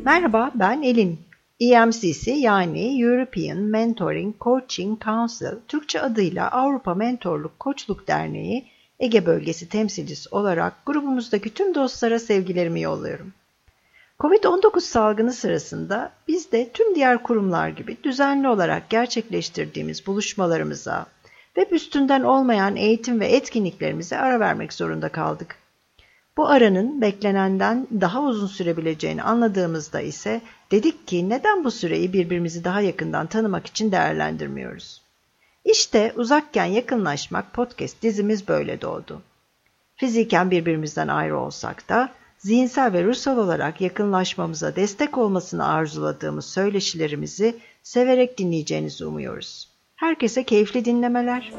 Merhaba, ben Elin. EMCC yani European Mentoring Coaching Council, Türkçe adıyla Avrupa Mentorluk Koçluk Derneği, Ege Bölgesi temsilcisi olarak grubumuzdaki tüm dostlara sevgilerimi yolluyorum. Covid-19 salgını sırasında biz de tüm diğer kurumlar gibi düzenli olarak gerçekleştirdiğimiz buluşmalarımıza, web üstünden olmayan eğitim ve etkinliklerimize ara vermek zorunda kaldık. Bu aranın beklenenden daha uzun sürebileceğini anladığımızda ise dedik ki neden bu süreyi birbirimizi daha yakından tanımak için değerlendirmiyoruz? İşte Uzakken Yakınlaşmak podcast dizimiz böyle doğdu. Fiziken birbirimizden ayrı olsak da zihinsel ve ruhsal olarak yakınlaşmamıza destek olmasını arzuladığımız söyleşilerimizi severek dinleyeceğinizi umuyoruz. Herkese keyifli dinlemeler.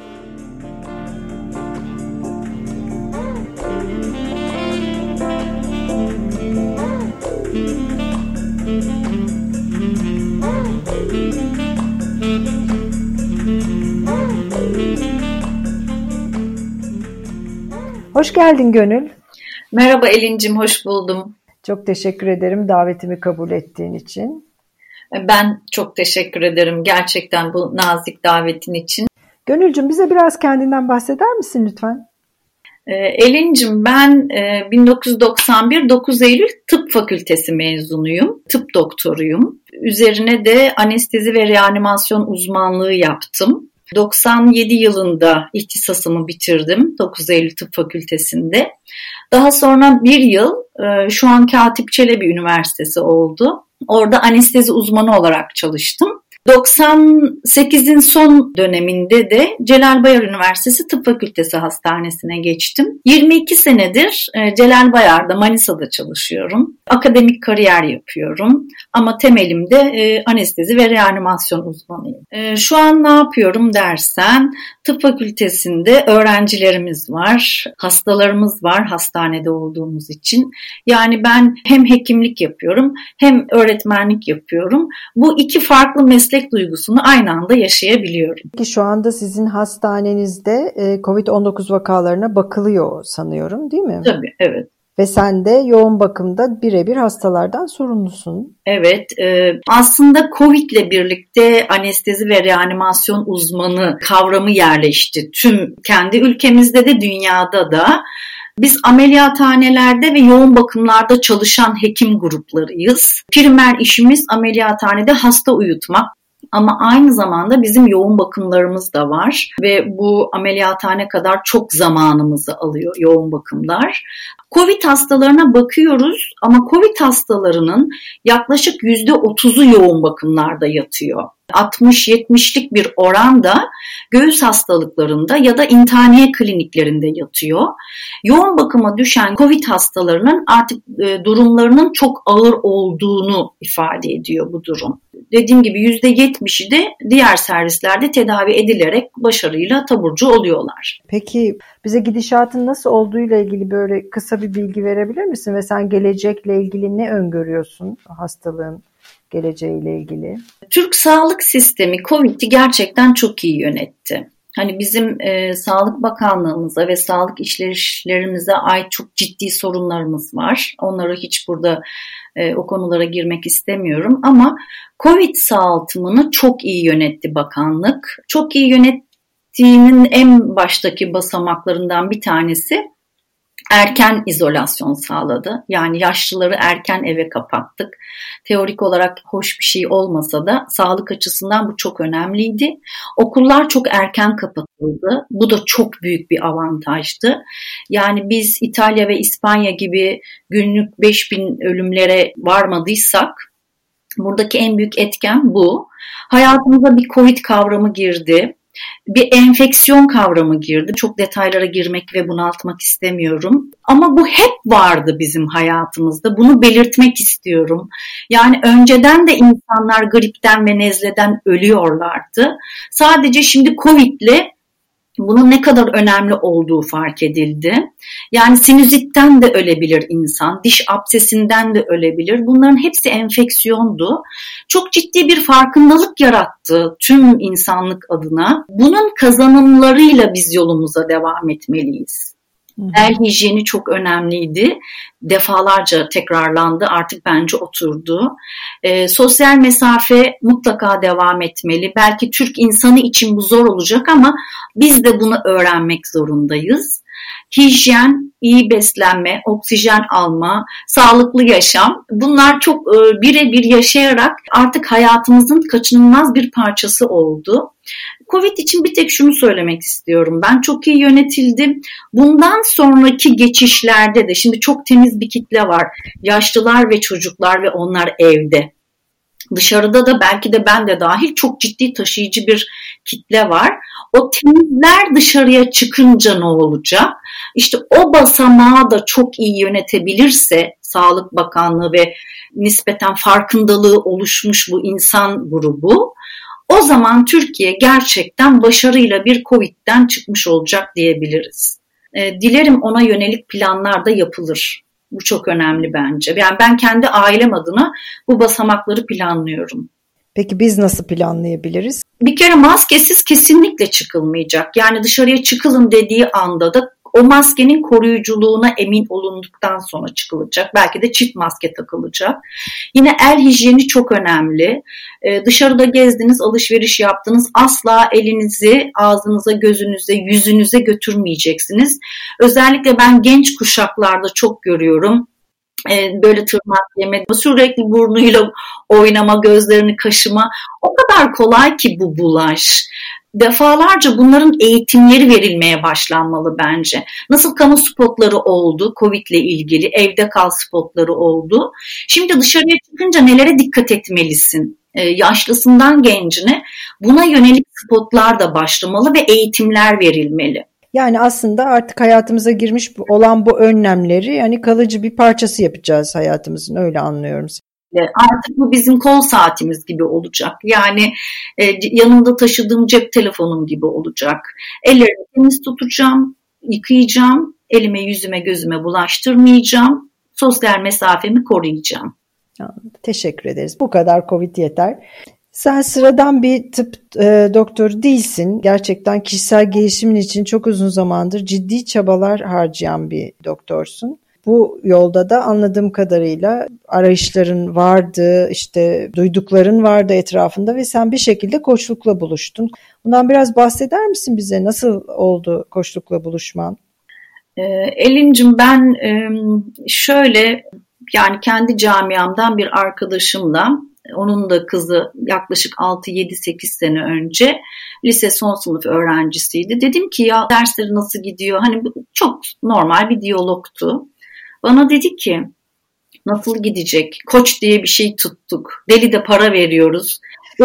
Hoş geldin Gönül. Merhaba Elin'cim, hoş buldum. Çok teşekkür ederim davetimi kabul ettiğin için. Ben çok teşekkür ederim gerçekten bu nazik davetin için. Gönülcüm bize biraz kendinden bahseder misin lütfen? Elin'cim ben 1991 9 Eylül Tıp Fakültesi mezunuyum. Tıp doktoruyum. Üzerine de anestezi ve reanimasyon uzmanlığı yaptım. 97 yılında ihtisasımı bitirdim 9 Eylül Tıp Fakültesi'nde. Daha sonra bir yıl şu anki Hatip Çelebi Üniversitesi oldu. Orada anestezi uzmanı olarak çalıştım. 98'in son döneminde de Celal Bayar Üniversitesi Tıp Fakültesi Hastanesi'ne geçtim. 22 senedir Celal Bayar'da Manisa'da çalışıyorum. Akademik kariyer yapıyorum ama temelimde anestezi ve reanimasyon uzmanıyım. Şu an ne yapıyorum dersen tıp fakültesinde öğrencilerimiz var, hastalarımız var hastanede olduğumuz için. Yani ben hem hekimlik yapıyorum hem öğretmenlik yapıyorum. Bu iki farklı meslek duygusunu aynı anda yaşayabiliyorum. Peki şu anda sizin hastanenizde COVID-19 vakalarına bakılıyor sanıyorum, değil mi? Tabii, evet. Ve sen de yoğun bakımda birebir hastalardan sorumlusun. Evet, aslında Covid ile birlikte anestezi ve reanimasyon uzmanı kavramı yerleşti. Tüm kendi ülkemizde de dünyada da. Biz ameliyathanelerde ve yoğun bakımlarda çalışan hekim gruplarıyız. Primer işimiz ameliyathanede hasta uyutmak. Ama aynı zamanda bizim yoğun bakımlarımız da var ve bu ameliyathane kadar çok zamanımızı alıyor yoğun bakımlar. Covid hastalarına bakıyoruz ama Covid hastalarının yaklaşık %30'u yoğun bakımlarda yatıyor. 60-70'lik bir oranda göğüs hastalıklarında ya da intihaniye kliniklerinde yatıyor. Yoğun bakıma düşen Covid hastalarının artık durumlarının çok ağır olduğunu ifade ediyor bu durum. Dediğim gibi %70'i de diğer servislerde tedavi edilerek başarıyla taburcu oluyorlar. Peki bize gidişatın nasıl olduğuyla ilgili böyle kısa bir bilgi verebilir misin? Ve sen gelecekle ilgili ne öngörüyorsun hastalığın geleceğiyle ilgili? Türk sağlık sistemi Covid'i gerçekten çok iyi yönetti. Hani bizim Sağlık Bakanlığımıza ve sağlık işleyişlerimize ait çok ciddi sorunlarımız var. Onları hiç burada o konulara girmek istemiyorum. Ama Covid sağaltımını çok iyi yönetti bakanlık. Çok iyi yönettiğinin en baştaki basamaklarından bir tanesi erken izolasyon sağladı. Yani yaşlıları erken eve kapattık. Teorik olarak hoş bir şey olmasa da sağlık açısından bu çok önemliydi. Okullar çok erken kapatıldı. Bu da çok büyük bir avantajdı. Yani biz İtalya ve İspanya gibi günlük 5.000 ölümlere varmadıysak buradaki en büyük etken bu. Hayatımıza bir Covid kavramı girdi. Bir enfeksiyon kavramı girdi. Çok detaylara girmek ve bunaltmak istemiyorum. Ama bu hep vardı bizim hayatımızda. Bunu belirtmek istiyorum. Yani önceden de insanlar gripten ve nezleden ölüyorlardı. Sadece şimdi Covid'le bunun ne kadar önemli olduğu fark edildi. Yani sinüzitten de ölebilir insan, diş absesinden de ölebilir. Bunların hepsi enfeksiyondu. Çok ciddi bir farkındalık yarattı tüm insanlık adına. Bunun kazanımlarıyla biz yolumuza devam etmeliyiz. El hijyeni çok önemliydi. Defalarca tekrarlandı. Artık bence oturdu. Sosyal mesafe mutlaka devam etmeli. Belki Türk insanı için bu zor olacak ama biz de bunu öğrenmek zorundayız. Hijyen, iyi beslenme, oksijen alma, sağlıklı yaşam, bunlar çok birebir yaşayarak artık hayatımızın kaçınılmaz bir parçası oldu. Covid için bir tek şunu söylemek istiyorum. Ben çok iyi yönetildim. Bundan sonraki geçişlerde de şimdi çok temiz bir kitle var. Yaşlılar ve çocuklar ve onlar evde. Dışarıda da belki de ben de dahil çok ciddi taşıyıcı bir kitle var. O temizler dışarıya çıkınca ne olacak? İşte o basamağı da çok iyi yönetebilirse Sağlık Bakanlığı ve nispeten farkındalığı oluşmuş bu insan grubu, o zaman Türkiye gerçekten başarıyla bir Covid'den çıkmış olacak diyebiliriz. Dilerim ona yönelik planlar da yapılır. Bu çok önemli bence. Yani ben kendi ailem adına bu basamakları planlıyorum. Peki biz nasıl planlayabiliriz? Bir kere maskesiz kesinlikle çıkılmayacak. Yani dışarıya çıkılın dediği anda da o maskenin koruyuculuğuna emin olunduktan sonra çıkılacak. Belki de çift maske takılacak. Yine el hijyeni çok önemli. Dışarıda gezdiniz, alışveriş yaptınız. Asla elinizi ağzınıza, gözünüze, yüzünüze götürmeyeceksiniz. Özellikle ben genç kuşaklarda çok görüyorum. Böyle tırnak yeme, sürekli burnuyla oynama, gözlerini kaşıma. O kadar kolay ki bu bulaş. Defalarca bunların eğitimleri verilmeye başlanmalı bence. Nasıl kamu spotları oldu Covid ile ilgili, evde kal spotları oldu. Şimdi dışarıya çıkınca nelere dikkat etmelisin? Yaşlısından gencine buna yönelik spotlar da başlamalı ve eğitimler verilmeli. Yani aslında artık hayatımıza girmiş olan bu önlemleri yani kalıcı bir parçası yapacağız hayatımızın, öyle anlıyorum. Artık bu bizim kol saatimiz gibi olacak. Yani yanımda taşıdığım cep telefonum gibi olacak. Ellerimi temiz tutacağım, yıkayacağım, elime, yüzüme, gözüme bulaştırmayacağım, sosyal mesafemi koruyacağım. Teşekkür ederiz. Bu kadar Covid yeter. Sen sıradan bir tıp doktoru değilsin. Gerçekten kişisel gelişimin için çok uzun zamandır ciddi çabalar harcayan bir doktorsun. Bu yolda da anladığım kadarıyla arayışların vardı, işte duydukların vardı etrafında ve sen bir şekilde koçlukla buluştun. Bundan biraz bahseder misin bize? Nasıl oldu koçlukla buluşman? Elin'cim ben şöyle, yani kendi camiamdan bir arkadaşımla, onun da kızı yaklaşık 6-7-8 sene önce lise son sınıf öğrencisiydi. Dedim ki ya dersleri nasıl gidiyor? Hani çok normal bir diyalogtu. Bana dedi ki nasıl gidecek? Koç diye bir şey tuttuk. Deli de para veriyoruz.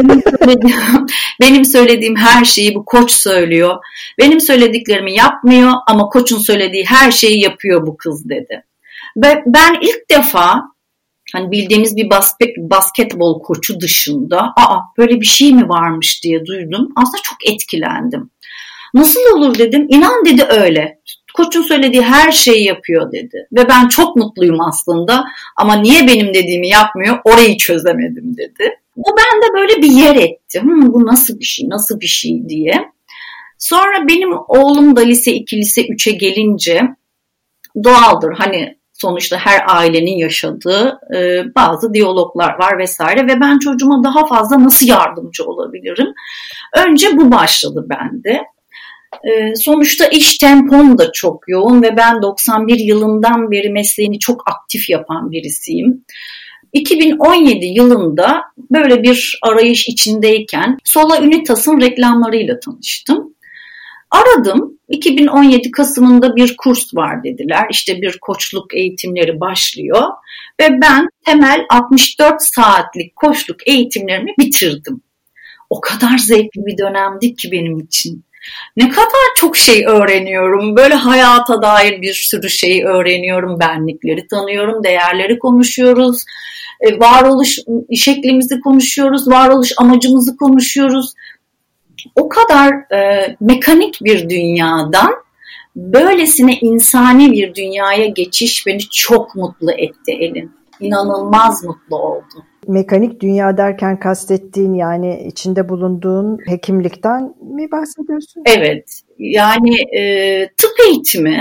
Benim söylediğim her şeyi bu koç söylüyor. Benim söylediklerimi yapmıyor ama koçun söylediği her şeyi yapıyor bu kız dedi. Ve ben ilk defa hani bildiğimiz bir basketbol koçu dışında böyle bir şey mi varmış diye duydum. Aslında çok etkilendim. Nasıl olur dedim. İnan dedi öyle. Koçun söylediği her şeyi yapıyor dedi. Ve ben çok mutluyum aslında ama niye benim dediğimi yapmıyor orayı çözemedim dedi. Bu bende böyle bir yer etti. Bu nasıl bir şey diye. Sonra benim oğlum da lise 2, lise 3'e gelince doğaldır. Hani sonuçta her ailenin yaşadığı bazı diyaloglar var vesaire ve ben çocuğuma daha fazla nasıl yardımcı olabilirim? Önce bu başladı bende. Sonuçta iş tempom da çok yoğun ve ben 91 yılından beri mesleğini çok aktif yapan birisiyim. 2017 yılında böyle bir arayış içindeyken Sola Unitas'ın reklamlarıyla tanıştım. Aradım. 2017 Kasım'ında bir kurs var dediler. İşte bir koçluk eğitimleri başlıyor. Ve ben temel 64 saatlik koçluk eğitimlerimi bitirdim. O kadar zevkli bir dönemdi ki benim için. Ne kadar çok şey öğreniyorum. Böyle hayata dair bir sürü şey öğreniyorum. Benlikleri tanıyorum, değerleri konuşuyoruz. Varoluş şeklimizi konuşuyoruz, varoluş amacımızı konuşuyoruz. O kadar mekanik bir dünyadan böylesine insani bir dünyaya geçiş beni çok mutlu etti Elin. İnanılmaz mutlu oldum. Mekanik dünya derken kastettiğin yani içinde bulunduğun hekimlikten mi bahsediyorsun? Evet, yani tıp eğitimi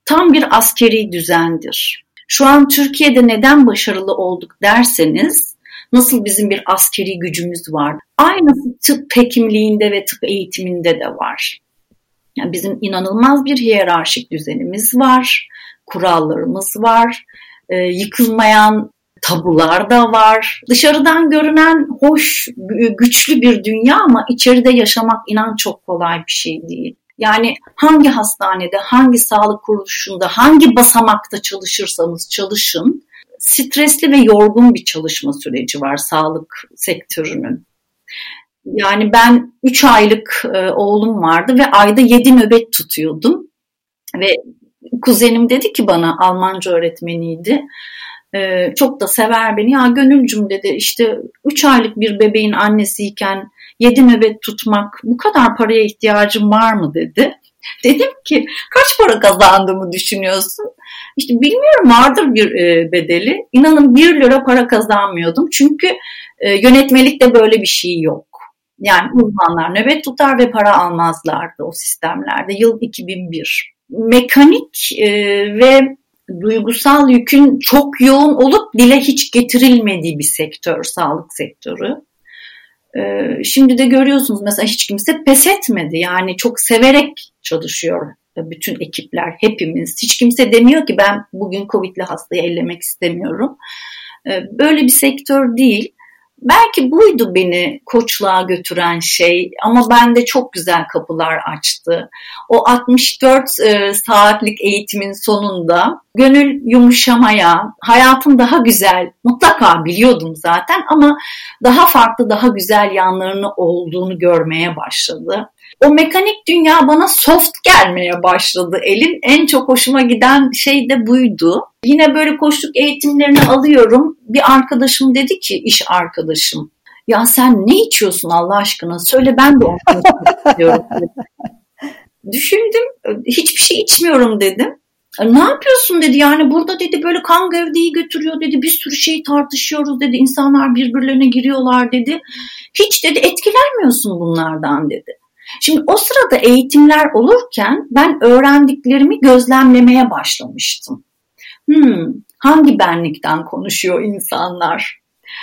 tam bir askeri düzendir. Şu an Türkiye'de neden başarılı olduk derseniz, nasıl bizim bir askeri gücümüz var. Aynısı tıp hekimliğinde ve tıp eğitiminde de var. Yani bizim inanılmaz bir hiyerarşik düzenimiz var, kurallarımız var, yıkılmayan tabular da var. Dışarıdan görünen hoş, güçlü bir dünya ama içeride yaşamak inan çok kolay bir şey değil. Yani hangi hastanede, hangi sağlık kuruluşunda, hangi basamakta çalışırsanız çalışın, stresli ve yorgun bir çalışma süreci var sağlık sektörünün. Yani ben 3 aylık oğlum vardı ve ayda 7 nöbet tutuyordum. Ve kuzenim dedi ki bana, Almanca öğretmeniydi, çok da sever beni. Ya Gönülcüm dedi, işte 3 aylık bir bebeğin annesiyken 7 nöbet tutmak, bu kadar paraya ihtiyacım var mı dedi. Dedim ki kaç para kazandığımı düşünüyorsun? İşte bilmiyorum, vardır bir bedeli. İnanın 1 lira para kazanmıyordum. Çünkü yönetmelikte böyle bir şey yok. Yani uzmanlar nöbet tutar ve para almazlardı o sistemlerde. Yıl 2001. Mekanik ve duygusal yükün çok yoğun olup dile hiç getirilmediği bir sektör, sağlık sektörü. Şimdi de görüyorsunuz mesela hiç kimse pes etmedi. Yani çok severek çalışıyor bütün ekipler, hepimiz. Hiç kimse demiyor ki ben bugün Covid'li hastayı ellemek istemiyorum. Böyle bir sektör değil. Belki buydu beni koçluğa götüren şey ama bende çok güzel kapılar açtı. O 64 saatlik eğitimin sonunda gönül yumuşamaya, hayatın daha güzel, mutlaka biliyordum zaten ama daha farklı, daha güzel yanlarını olduğunu görmeye başladı. O mekanik dünya bana soft gelmeye başladı. Elin en çok hoşuma giden şey de buydu. Yine böyle koçluk eğitimlerini alıyorum. Bir arkadaşım dedi ki, iş arkadaşım, ya sen ne içiyorsun Allah aşkına? Söyle, ben de onu istiyorum. Düşündüm, hiçbir şey içmiyorum dedim. Ne yapıyorsun dedi, yani burada dedi böyle kan gövdeyi götürüyor dedi, bir sürü şey tartışıyoruz dedi, insanlar birbirlerine giriyorlar dedi. Hiç dedi etkilenmiyorsun bunlardan dedi. Şimdi o sırada eğitimler olurken ben öğrendiklerimi gözlemlemeye başlamıştım. Hangi benlikten konuşuyor insanlar?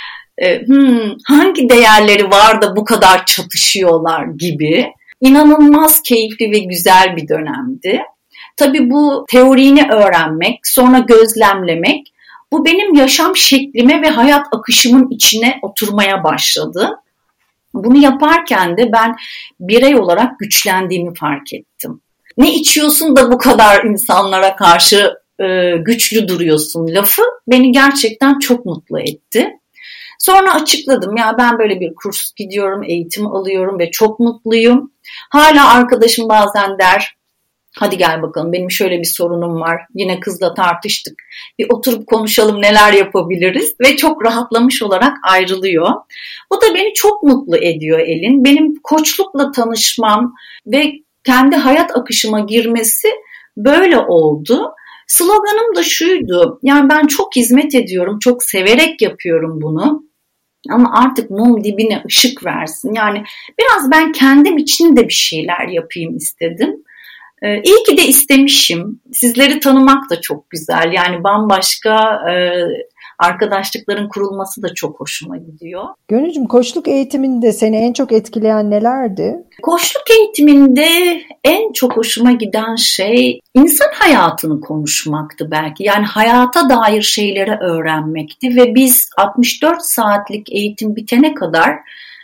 Hangi değerleri var da bu kadar çatışıyorlar gibi. İnanılmaz keyifli ve güzel bir dönemdi. Tabii bu teorini öğrenmek, sonra gözlemlemek, bu benim yaşam şeklime ve hayat akışımın içine oturmaya başladı. Bunu yaparken de ben birey olarak güçlendiğimi fark ettim. Ne içiyorsun da bu kadar insanlara karşı güçlü duruyorsun lafı beni gerçekten çok mutlu etti. Sonra açıkladım, ya ben böyle bir kurs gidiyorum, eğitim alıyorum ve çok mutluyum. Hala arkadaşım bazen der, hadi gel bakalım benim şöyle bir sorunum var, yine kızla tartıştık, bir oturup konuşalım neler yapabiliriz ve çok rahatlamış olarak ayrılıyor. Bu da beni çok mutlu ediyor Elin. Benim koçlukla tanışmam ve kendi hayat akışıma girmesi böyle oldu. Sloganım da şuydu, yani ben çok hizmet ediyorum, çok severek yapıyorum bunu. Ama artık mum dibine ışık versin. Yani biraz ben kendim için de bir şeyler yapayım istedim. İyi ki de istemişim. Sizleri tanımak da çok güzel. Yani bambaşka arkadaşlıkların kurulması da çok hoşuma gidiyor. Gönülcüm, koçluk eğitiminde seni en çok etkileyen nelerdi? Koçluk eğitiminde en çok hoşuma giden şey insan hayatını konuşmaktı belki. Yani hayata dair şeyleri öğrenmekti ve biz 64 saatlik eğitim bitene kadar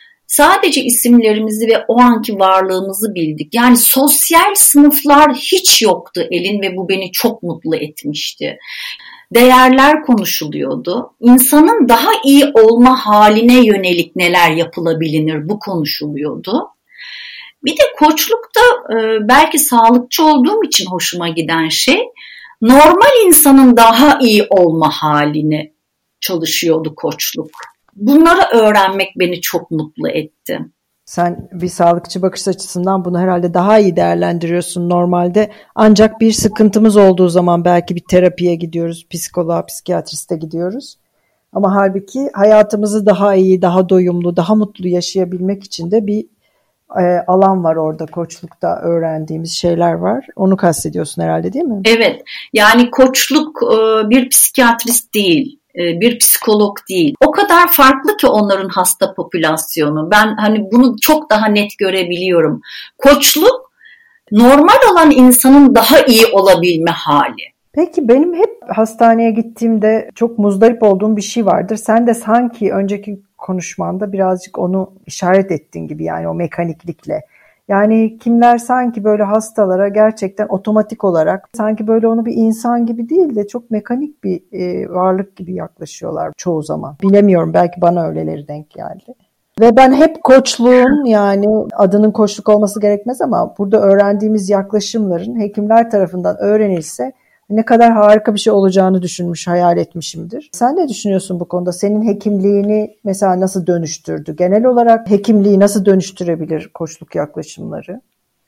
sadece isimlerimizi ve o anki varlığımızı bildik. Yani sosyal sınıflar hiç yoktu Elin ve bu beni çok mutlu etmişti. Değerler konuşuluyordu. İnsanın daha iyi olma haline yönelik neler yapılabilir bu konuşuluyordu. Bir de koçlukta belki sağlıkçı olduğum için hoşuma giden şey normal insanın daha iyi olma halini çalışıyordu koçluk. Bunları öğrenmek beni çok mutlu etti. Sen bir sağlıkçı bakış açısından bunu herhalde daha iyi değerlendiriyorsun normalde. Ancak bir sıkıntımız olduğu zaman belki bir terapiye gidiyoruz, psikoloğa, psikiyatriste gidiyoruz. Ama halbuki hayatımızı daha iyi, daha doyumlu, daha mutlu yaşayabilmek için de bir alan var orada, koçlukta öğrendiğimiz şeyler var. Onu kastediyorsun herhalde, değil mi? Evet, yani koçluk bir psikiyatrist değil, bir psikolog değil. O kadar farklı ki onların hasta popülasyonu. Ben hani bunu çok daha net görebiliyorum. Koçluk normal olan insanın daha iyi olabilme hali. Peki benim hep hastaneye gittiğimde çok muzdarip olduğum bir şey vardır. Sen de sanki önceki konuşmanda birazcık onu işaret ettin gibi, yani o mekaniklikle. Yani kimler sanki böyle hastalara gerçekten otomatik olarak sanki böyle onu bir insan gibi değil de çok mekanik bir varlık gibi yaklaşıyorlar çoğu zaman. Bilemiyorum, belki bana öyleleri denk geldi. Ve ben hep koçluğun, yani adının koçluk olması gerekmez ama burada öğrendiğimiz yaklaşımların hekimler tarafından öğrenilse ne kadar harika bir şey olacağını düşünmüş, hayal etmişimdir. Sen ne düşünüyorsun bu konuda? Senin hekimliğini mesela nasıl dönüştürdü? Genel olarak hekimliği nasıl dönüştürebilir koçluk yaklaşımları?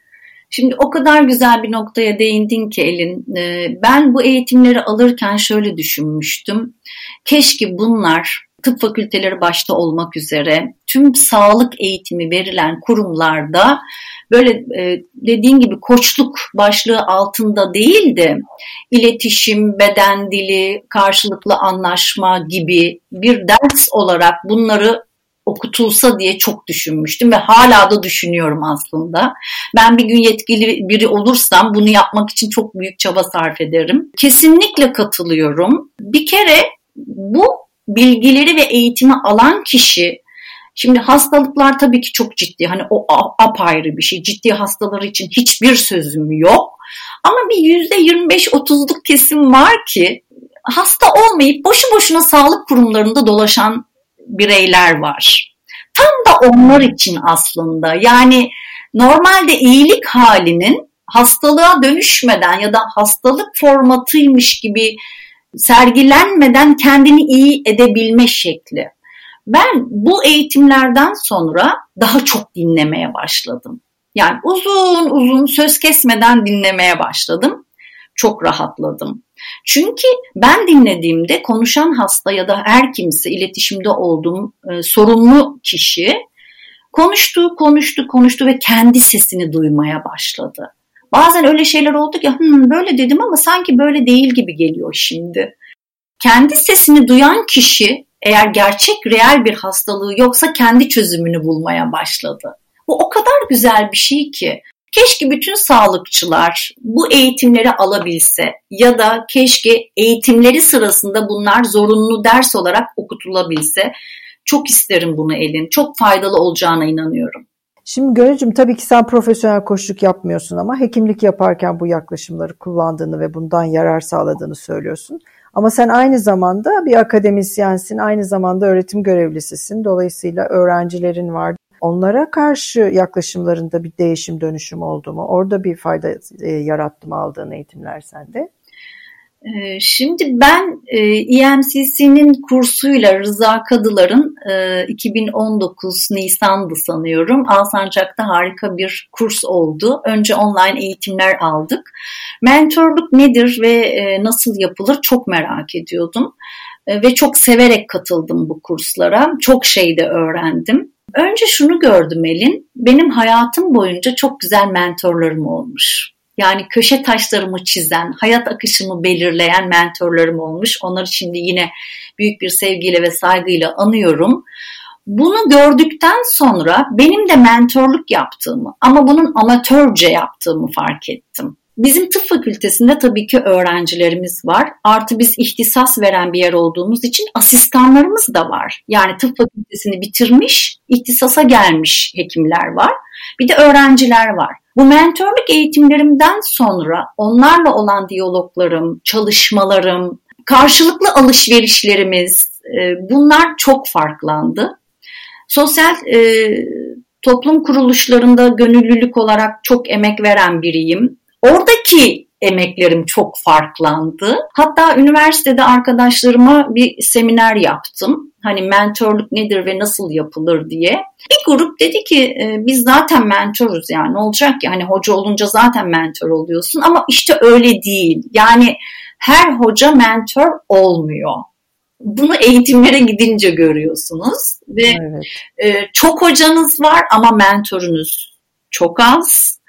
Şimdi o kadar güzel bir noktaya değindin ki Elin. Ben bu eğitimleri alırken şöyle düşünmüştüm. Keşke bunlar tıp fakülteleri başta olmak üzere tüm sağlık eğitimi verilen kurumlarda böyle dediğin gibi koçluk başlığı altında değil de iletişim, beden dili, karşılıklı anlaşma gibi bir ders olarak bunları okutulsa diye çok düşünmüştüm ve hala da düşünüyorum aslında. Ben bir gün yetkili biri olursam bunu yapmak için çok büyük çaba sarf ederim. Kesinlikle katılıyorum. Bir kere bu bilgileri ve eğitimi alan kişi, şimdi hastalıklar tabii ki çok ciddi, hani o apayrı bir şey. Ciddi hastaları için hiçbir sözüm yok. Ama bir %25-30'luk kesim var ki hasta olmayıp boşu boşuna sağlık kurumlarında dolaşan bireyler var. Tam da onlar için aslında, yani normalde iyilik halinin hastalığa dönüşmeden ya da hastalık formatıymış gibi sergilenmeden kendini iyi edebilme şekli. Ben bu eğitimlerden sonra daha çok dinlemeye başladım. Yani uzun uzun söz kesmeden dinlemeye başladım. Çok rahatladım. Çünkü ben dinlediğimde konuşan hasta ya da her kimse iletişimde olduğum sorumlu kişi konuştu ve kendi sesini duymaya başladı. Bazen öyle şeyler oldu ki böyle dedim ama sanki böyle değil gibi geliyor şimdi. Kendi sesini duyan kişi eğer gerçek reel bir hastalığı yoksa kendi çözümünü bulmaya başladı. Bu o kadar güzel bir şey ki. Keşke bütün sağlıkçılar bu eğitimleri alabilse ya da keşke eğitimleri sırasında bunlar zorunlu ders olarak okutulabilse. Çok isterim bunu Elin. Çok faydalı olacağına inanıyorum. Şimdi Gönülcüm, tabii ki sen profesyonel koçluk yapmıyorsun ama hekimlik yaparken bu yaklaşımları kullandığını ve bundan yarar sağladığını söylüyorsun. Ama sen aynı zamanda bir akademisyensin, aynı zamanda öğretim görevlisisin. Dolayısıyla öğrencilerin var. Onlara karşı yaklaşımlarında bir değişim, dönüşüm oldu mu? Orada bir fayda yarattı mı aldığın eğitimler sende? Şimdi ben EMCC'nin kursuyla Rıza Kadılar'ın 2019 Nisan'dı sanıyorum. Alsancak'ta harika bir kurs oldu. Önce online eğitimler aldık. Mentorluk nedir ve nasıl yapılır çok merak ediyordum. Ve çok severek katıldım bu kurslara. Çok şey de öğrendim. Önce şunu gördüm Elin, benim hayatım boyunca çok güzel mentorlarım olmuş. Yani köşe taşlarımı çizen, hayat akışımı belirleyen mentorlarım olmuş. Onları şimdi yine büyük bir sevgiyle ve saygıyla anıyorum. Bunu gördükten sonra benim de mentorluk yaptığımı ama bunun amatörce yaptığımı fark ettim. Bizim tıp fakültesinde tabii ki öğrencilerimiz var. Artı biz ihtisas veren bir yer olduğumuz için asistanlarımız da var. Yani tıp fakültesini bitirmiş, ihtisasa gelmiş hekimler var. Bir de öğrenciler var. Bu mentorluk eğitimlerimden sonra onlarla olan diyaloglarım, çalışmalarım, karşılıklı alışverişlerimiz, bunlar çok farklandı. Sosyal toplum kuruluşlarında gönüllülük olarak çok emek veren biriyim. Oradaki emeklerim çok farklandı. Hatta üniversitede arkadaşlarıma bir seminer yaptım. Hani mentorluk nedir ve nasıl yapılır diye. Bir grup dedi ki biz zaten mentoruz, yani ne olacak ki? Hani hoca olunca zaten mentor oluyorsun, ama işte öyle değil. Yani her hoca mentor olmuyor. Bunu eğitimlere gidince görüyorsunuz ve evet. Çok hocanız var ama mentorunuz çok az.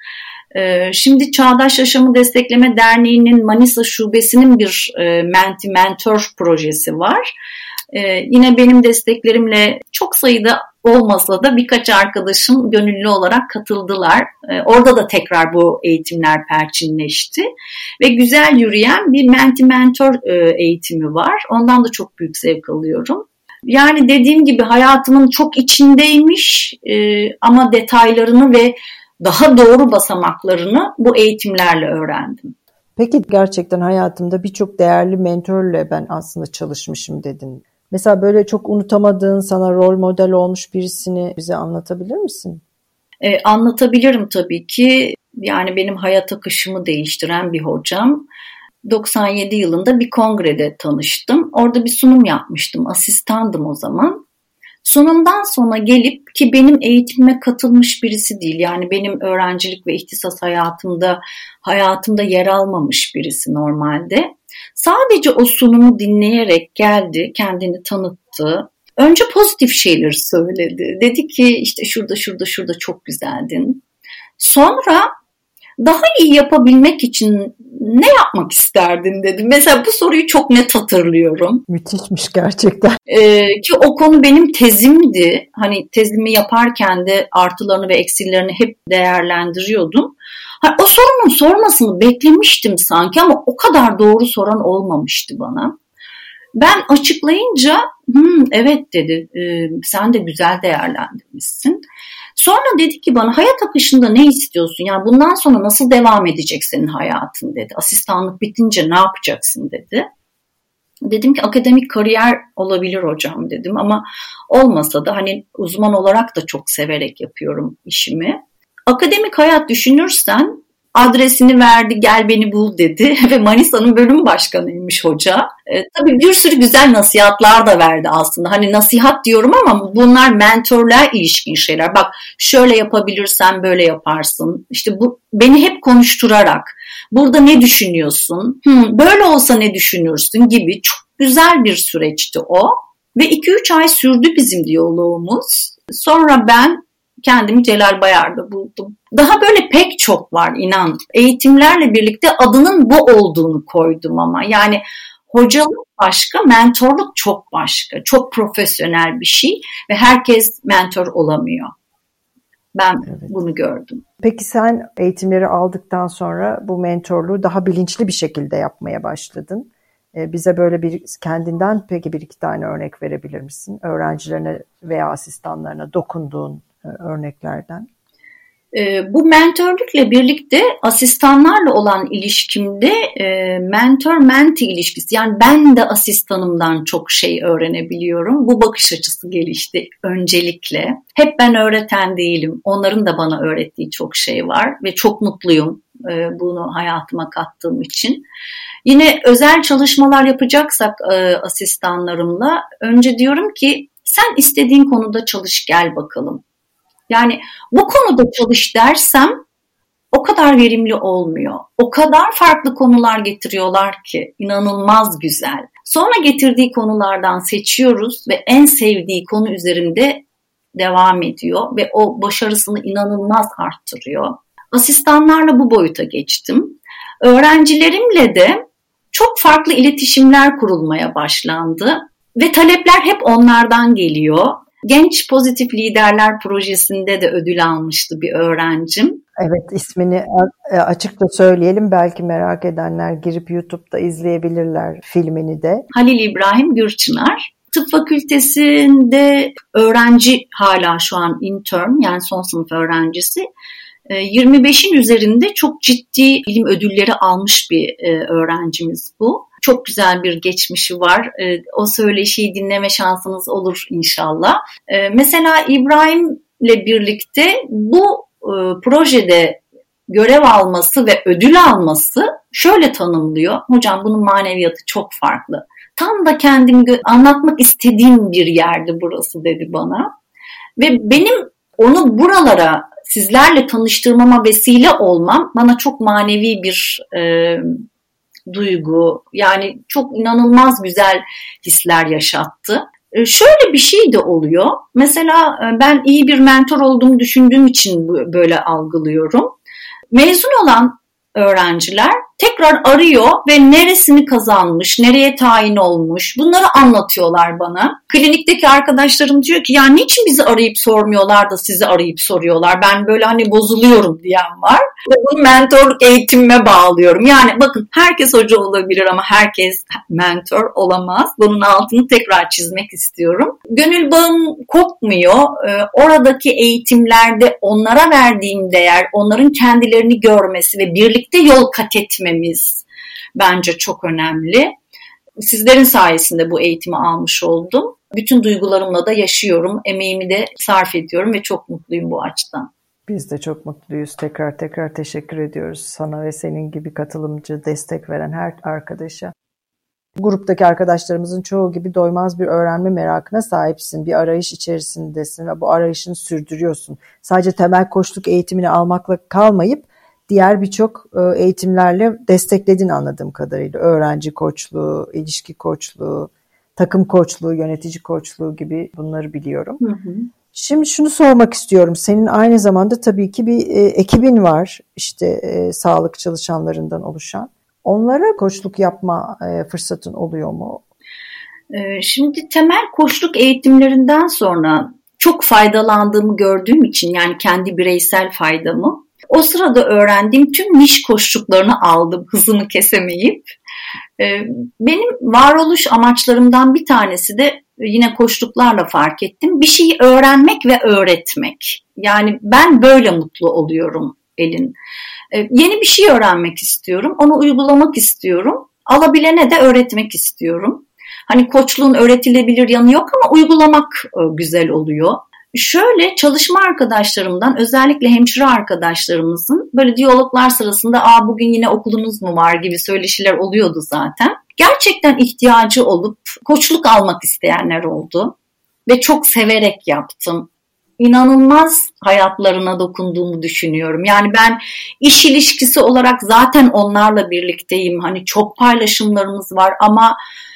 Şimdi Çağdaş Yaşamı Destekleme Derneği'nin Manisa Şubesi'nin bir Menti-Mentor projesi var. Yine benim desteklerimle çok sayıda olmasa da birkaç arkadaşım gönüllü olarak katıldılar. Orada da tekrar bu eğitimler perçinleşti. Ve güzel yürüyen bir Menti-Mentor eğitimi var. Ondan da çok büyük zevk alıyorum. Yani dediğim gibi hayatımın çok içindeymiş ama detaylarını ve daha doğru basamaklarını bu eğitimlerle öğrendim. Peki gerçekten hayatımda birçok değerli mentorla ben aslında çalışmışım dedin. Mesela böyle çok unutamadığın, sana rol model olmuş birisini bize anlatabilir misin? Anlatabilirim tabii ki. Yani benim hayat akışımı değiştiren bir hocam. 97 yılında bir kongrede tanıştım. Orada bir sunum yapmıştım. Asistandım o zaman. Sunumdan sonra gelip, ki benim eğitimime katılmış birisi değil. Yani benim öğrencilik ve ihtisas hayatımda yer almamış birisi normalde. Sadece o sunumu dinleyerek geldi, kendini tanıttı. Önce pozitif şeyleri söyledi. Dedi ki işte şurada çok güzeldin. Sonra daha iyi yapabilmek için ne yapmak isterdin dedi. Mesela bu soruyu çok net hatırlıyorum. Müthişmiş gerçekten. Ki o konu benim tezimdi. Hani tezimi yaparken de artılarını ve eksilerini hep değerlendiriyordum. O sorunun sormasını beklemiştim sanki ama o kadar doğru soran olmamıştı bana. Ben açıklayınca evet dedi, sen de güzel değerlendirmişsin. Sonra dedi ki bana hayat akışında ne istiyorsun? Yani bundan sonra nasıl devam edecek senin hayatın dedi. Asistanlık bitince ne yapacaksın dedi. Dedim ki akademik kariyer olabilir hocam dedim ama olmasa da hani uzman olarak da çok severek yapıyorum işimi. Akademik hayat düşünürsen adresini verdi, gel beni bul dedi ve Manisa'nın bölüm başkanıymış hoca. Tabii bir sürü güzel nasihatlar da verdi aslında. Hani nasihat diyorum ama bunlar mentorluğa ilişkin şeyler. Bak şöyle yapabilirsen böyle yaparsın. İşte bu beni hep konuşturarak burada ne düşünüyorsun? Böyle olsa ne düşünürsün gibi çok güzel bir süreçti o. Ve 2-3 ay sürdü bizim diyalogumuz. Sonra ben kendimi Celal Bayar'da buldum. Daha böyle pek çok var inan. Eğitimlerle birlikte adının bu olduğunu koydum ama. Yani hocalık başka, mentorluk çok başka. Çok profesyonel bir şey ve herkes mentor olamıyor. Ben bunu gördüm. Peki sen eğitimleri aldıktan sonra bu mentorluğu daha bilinçli bir şekilde yapmaya başladın. Bize böyle kendinden peki bir iki tane örnek verebilir misin? Öğrencilerine veya asistanlarına dokunduğun örneklerden. Bu mentörlükle birlikte asistanlarla olan ilişkimde mentor-mentee ilişkisi. Yani ben de asistanımdan çok şey öğrenebiliyorum. Bu bakış açısı gelişti öncelikle. Hep ben öğreten değilim. Onların da bana öğrettiği çok şey var ve çok mutluyum bunu hayatıma kattığım için. Yine özel çalışmalar yapacaksak asistanlarımla önce diyorum ki sen istediğin konuda çalış gel bakalım. Yani bu konuda çalış dersem o kadar verimli olmuyor. O kadar farklı konular getiriyorlar ki inanılmaz güzel. Sonra getirdiği konulardan seçiyoruz ve en sevdiği konu üzerinde devam ediyor ve o başarısını inanılmaz arttırıyor. Asistanlarla bu boyuta geçtim. Öğrencilerimle de çok farklı iletişimler kurulmaya başlandı ve talepler hep onlardan geliyor. Genç Pozitif Liderler Projesi'nde de ödül almıştı bir öğrencim. Evet, ismini açıkça söyleyelim. Belki merak edenler girip YouTube'da izleyebilirler filmini de. Halil İbrahim Gürçınar. Tıp fakültesinde öğrenci hala şu an intern yani son sınıf öğrencisi. 25'in üzerinde çok ciddi bilim ödülleri almış bir öğrencimiz bu. Çok güzel bir geçmişi var. O söyleşiyi dinleme şansınız olur inşallah. Mesela İbrahim'le birlikte bu projede görev alması ve ödül alması şöyle tanımlıyor. Hocam bunun maneviyatı çok farklı. Tam da kendimi anlatmak istediğim bir yerdi burası dedi bana. Ve benim onu buralara sizlerle tanıştırmama vesile olmam bana çok manevi bir duygu, yani çok inanılmaz güzel hisler yaşattı. Şöyle bir şey de oluyor. Mesela ben iyi bir mentor olduğumu düşündüğüm için böyle algılıyorum. Mezun olan öğrenciler tekrar arıyor ve neresini kazanmış, nereye tayin olmuş bunları anlatıyorlar bana. Klinikteki arkadaşlarım diyor ki ya niçin bizi arayıp sormuyorlar da sizi arayıp soruyorlar? Ben böyle hani bozuluyorum diyen var. Ve bunu mentorluk eğitimime bağlıyorum. Yani bakın herkes hoca olabilir ama herkes mentor olamaz. Bunun altını tekrar çizmek istiyorum. Gönül bağım kopmuyor. Oradaki eğitimlerde onlara verdiğim değer, onların kendilerini görmesi ve birlikte yol kat etmemiz bence çok önemli. Sizlerin sayesinde bu eğitimi almış oldum. Bütün duygularımla da yaşıyorum, emeğimi de sarf ediyorum ve çok mutluyum bu açıdan. Biz de çok mutluyuz. Tekrar teşekkür ediyoruz sana ve senin gibi katılımcı, destek veren her arkadaşa. Gruptaki arkadaşlarımızın çoğu gibi doymaz bir öğrenme merakına sahipsin. Bir arayış içerisindesin ve bu arayışını sürdürüyorsun. Sadece temel koçluk eğitimini almakla kalmayıp diğer birçok eğitimlerle destekledin anladığım kadarıyla. Öğrenci koçluğu, ilişki koçluğu, takım koçluğu, yönetici koçluğu gibi bunları biliyorum. Hı hı. Şimdi şunu sormak istiyorum. Senin aynı zamanda tabii ki bir ekibin var. İşte sağlık çalışanlarından oluşan. Onlara koçluk yapma fırsatın oluyor mu? Şimdi temel koçluk eğitimlerinden sonra çok faydalandığımı gördüğüm için yani kendi bireysel faydamı o sırada öğrendiğim tüm niş koçluklarını aldım hızını kesemeyip. Benim varoluş amaçlarımdan bir tanesi de yine koçluklarla fark ettim. Bir şeyi öğrenmek ve öğretmek. Yani ben böyle mutlu oluyorum Elin. Yeni bir şey öğrenmek istiyorum, onu uygulamak istiyorum. Alabilene de öğretmek istiyorum. Hani koçluğun öğretilebilir yanı yok ama uygulamak güzel oluyor. Şöyle çalışma arkadaşlarımdan özellikle hemşire arkadaşlarımızın böyle diyaloglar sırasında bugün yine okulunuz mu var gibi söyleşiler oluyordu zaten. Gerçekten ihtiyacı olup koçluk almak isteyenler oldu ve çok severek yaptım. İnanılmaz hayatlarına dokunduğumu düşünüyorum. Yani ben iş ilişkisi olarak zaten onlarla birlikteyim. Hani çok paylaşımlarımız var ama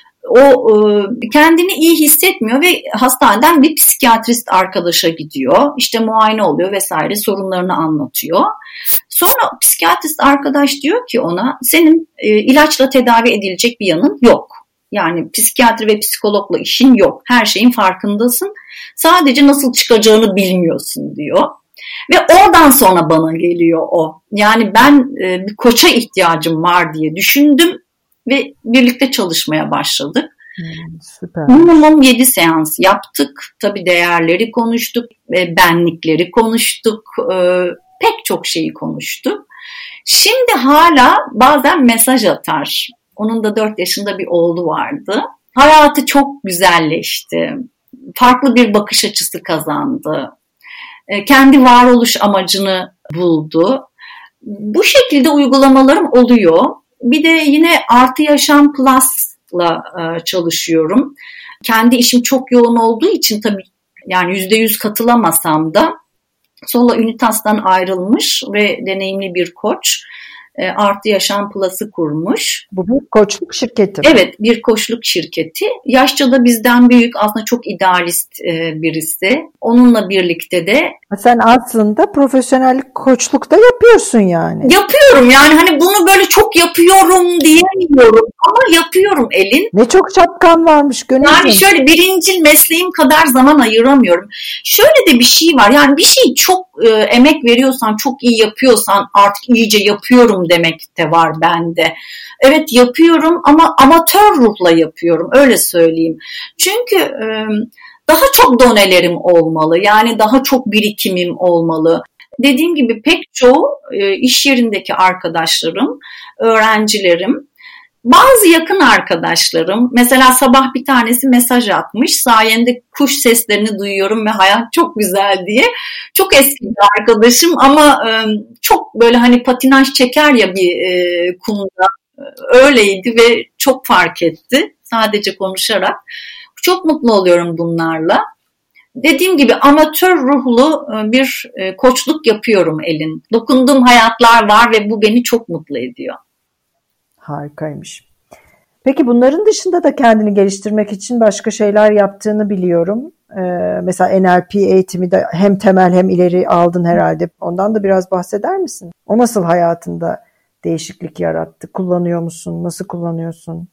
o kendini iyi hissetmiyor ve hastaneden bir psikiyatrist arkadaşa gidiyor. İşte muayene oluyor vesaire sorunlarını anlatıyor. Sonra psikiyatrist arkadaş diyor ki ona senin ilaçla tedavi edilecek bir yanın yok. Yani psikiyatri ve psikologla işin yok. Her şeyin farkındasın. Sadece nasıl çıkacağını bilmiyorsun diyor. Ve oradan sonra bana geliyor o. Yani ben bir koça ihtiyacım var diye düşündüm ve birlikte çalışmaya başladık. Süper. Minimum 7 seans yaptık. Tabii değerleri konuştuk, benlikleri konuştuk, pek çok şeyi konuştuk. Şimdi hala bazen mesaj atar. Onun da 4 yaşında bir oğlu vardı. Hayatı çok güzelleşti. Farklı bir bakış açısı kazandı. Kendi varoluş amacını buldu. Bu şekilde uygulamalarım oluyor. Bir de yine Artı Yaşam Plus'la çalışıyorum. Kendi işim çok yoğun olduğu için tabii yani %100 katılamasam da Sola Unitas'tan ayrılmış ve deneyimli bir koç Artı Yaşam Plus'ı kurmuş. Bu bir koçluk şirketi mi? Evet, bir koçluk şirketi. Yaşça da bizden büyük, aslında çok idealist birisi. Onunla birlikte de... Sen aslında profesyonellik koçlukta yapıyorsun yani. Yapıyorum yani hani bunu böyle çok yapıyorum diyemiyorum ama yapıyorum Elin. Ne çok şapkan varmış Gönülcüğüm. Yani şöyle birincil mesleğim kadar zaman ayıramıyorum. Şöyle de bir şey var yani bir şeyi çok emek veriyorsan, çok iyi yapıyorsan artık iyice yapıyorum demek de var bende. Evet yapıyorum ama amatör ruhla yapıyorum öyle söyleyeyim. Çünkü daha çok donelerim olmalı yani daha çok birikimim olmalı. Dediğim gibi pek çoğu iş yerindeki arkadaşlarım, öğrencilerim, bazı yakın arkadaşlarım, mesela sabah bir tanesi mesaj atmış, sayende kuş seslerini duyuyorum ve hayat çok güzel diye. Çok eski bir arkadaşım ama çok böyle hani patinaj çeker ya bir kumda, öyleydi ve çok fark etti sadece konuşarak. Çok mutlu oluyorum bunlarla. Dediğim gibi amatör ruhlu bir koçluk yapıyorum Elin. Dokunduğum hayatlar var ve bu beni çok mutlu ediyor. Harikaymış. Peki bunların dışında da kendini geliştirmek için başka şeyler yaptığını biliyorum. Mesela NLP eğitimi de hem temel hem ileri aldın herhalde. Ondan da biraz bahseder misin? O nasıl hayatında değişiklik yarattı? Kullanıyor musun? Nasıl kullanıyorsun?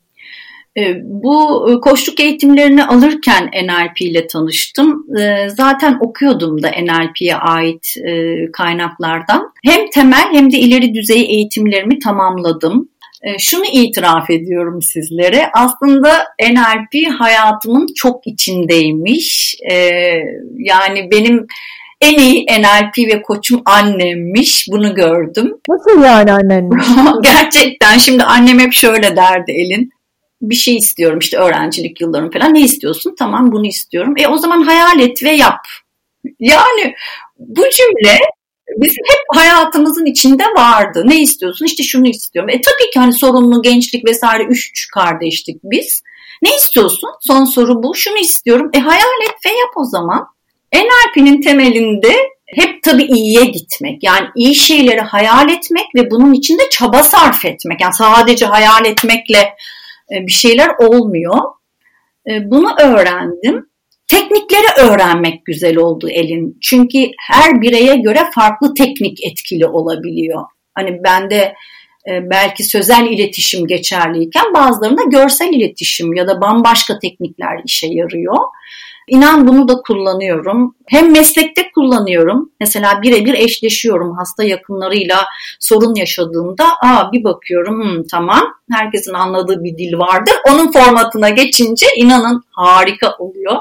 Bu koçluk eğitimlerini alırken NLP ile tanıştım. Zaten okuyordum da NLP'ye ait kaynaklardan. Hem temel hem de ileri düzey eğitimlerimi tamamladım. Şunu itiraf ediyorum sizlere. Aslında NLP hayatımın çok içindeymiş. Yani benim en iyi NLP ve koçum annemmiş. Bunu gördüm. Nasıl yani annenmiş? Gerçekten. Şimdi annem hep şöyle derdi Elin. Bir şey istiyorum işte öğrencilik yıllarım falan. Ne istiyorsun? Tamam bunu istiyorum. O zaman hayal et ve yap. Yani bu cümle bizim hep hayatımızın içinde vardı. Ne istiyorsun? İşte şunu istiyorum. Tabii ki hani sorunlu gençlik vesaire 3 kardeştik biz. Ne istiyorsun? Son soru bu. Şunu istiyorum. Hayal et ve yap o zaman. NLP'nin temelinde hep tabii iyiye gitmek. Yani iyi şeyleri hayal etmek ve bunun için de çaba sarf etmek. Yani sadece hayal etmekle bir şeyler olmuyor. Bunu öğrendim. Teknikleri öğrenmek güzel oldu Elin. Çünkü her bireye göre farklı teknik etkili olabiliyor. Hani bende belki sözel iletişim geçerliyken bazılarında görsel iletişim ya da bambaşka teknikler işe yarıyor. İnan bunu da kullanıyorum. Hem meslekte kullanıyorum. Mesela birebir eşleşiyorum hasta yakınlarıyla sorun yaşadığımda. Bir bakıyorum tamam herkesin anladığı bir dil vardır. Onun formatına geçince inanın harika oluyor.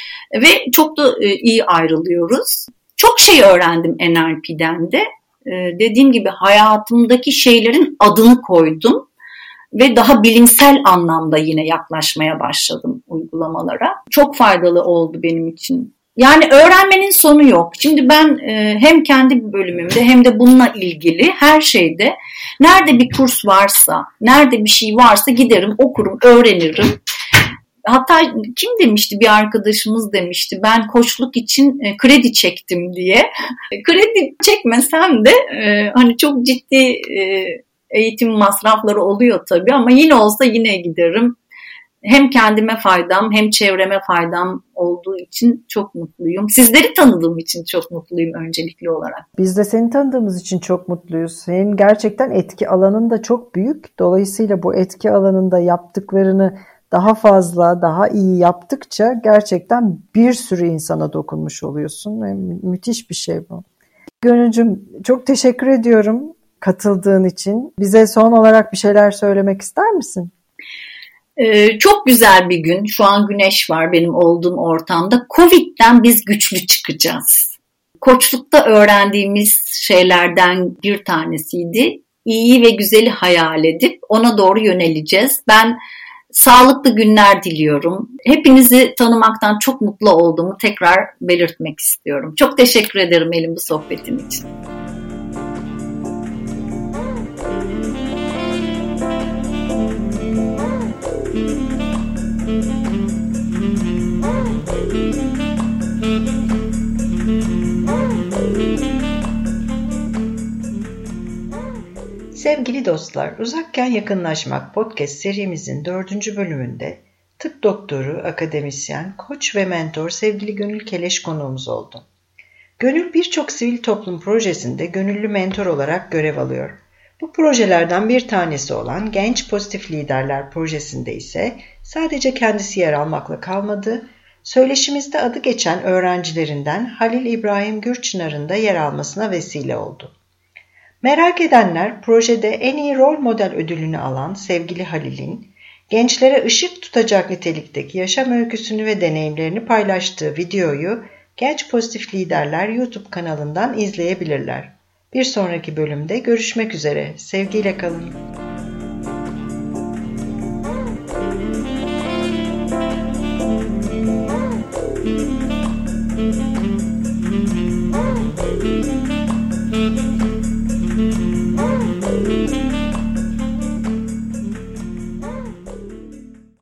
Ve çok da iyi ayrılıyoruz. Çok şey öğrendim NLP'den de. Dediğim gibi hayatımdaki şeylerin adını koydum. Ve daha bilimsel anlamda yine yaklaşmaya başladım uygulamalara. Çok faydalı oldu benim için. Yani öğrenmenin sonu yok. Şimdi ben hem kendi bölümümde hem de bununla ilgili her şeyde nerede bir kurs varsa, nerede bir şey varsa giderim, okurum, öğrenirim. Hatta kim demişti, bir arkadaşımız demişti, ben koçluk için kredi çektim diye. Kredi çekmesem de hani çok ciddi eğitim masrafları oluyor tabii ama yine olsa yine giderim. Hem kendime faydam hem çevreme faydam olduğu için çok mutluyum. Sizleri tanıdığım için çok mutluyum öncelikli olarak. Biz de seni tanıdığımız için çok mutluyuz. Senin gerçekten etki alanın da çok büyük. Dolayısıyla bu etki alanında yaptıklarını daha fazla, daha iyi yaptıkça gerçekten bir sürü insana dokunmuş oluyorsun. Müthiş bir şey bu. Gönülcüm, çok teşekkür ediyorum katıldığın için. Bize son olarak bir şeyler söylemek ister misin? Çok güzel bir gün. Şu an güneş var benim olduğum ortamda. Covid'den biz güçlü çıkacağız. Koçlukta öğrendiğimiz şeylerden bir tanesiydi. İyi ve güzeli hayal edip ona doğru yöneleceğiz. Ben sağlıklı günler diliyorum. Hepinizi tanımaktan çok mutlu olduğumu tekrar belirtmek istiyorum. Çok teşekkür ederim Elin bu sohbetin için. Sevgili dostlar, Uzakken Yakınlaşmak podcast serimizin 4. bölümünde tıp doktoru, akademisyen, koç ve mentor sevgili Gönül Keleş konuğumuz oldu. Gönül birçok sivil toplum projesinde gönüllü mentor olarak görev alıyor. Bu projelerden bir tanesi olan Genç Pozitif Liderler projesinde ise sadece kendisi yer almakla kalmadı, söyleşimizde adı geçen öğrencilerinden Halil İbrahim Gürçınar'ın da yer almasına vesile oldu. Merak edenler projede en iyi rol model ödülünü alan sevgili Halil'in gençlere ışık tutacak nitelikteki yaşam öyküsünü ve deneyimlerini paylaştığı videoyu Genç Pozitif Liderler YouTube kanalından izleyebilirler. Bir sonraki bölümde görüşmek üzere. Sevgiyle kalın.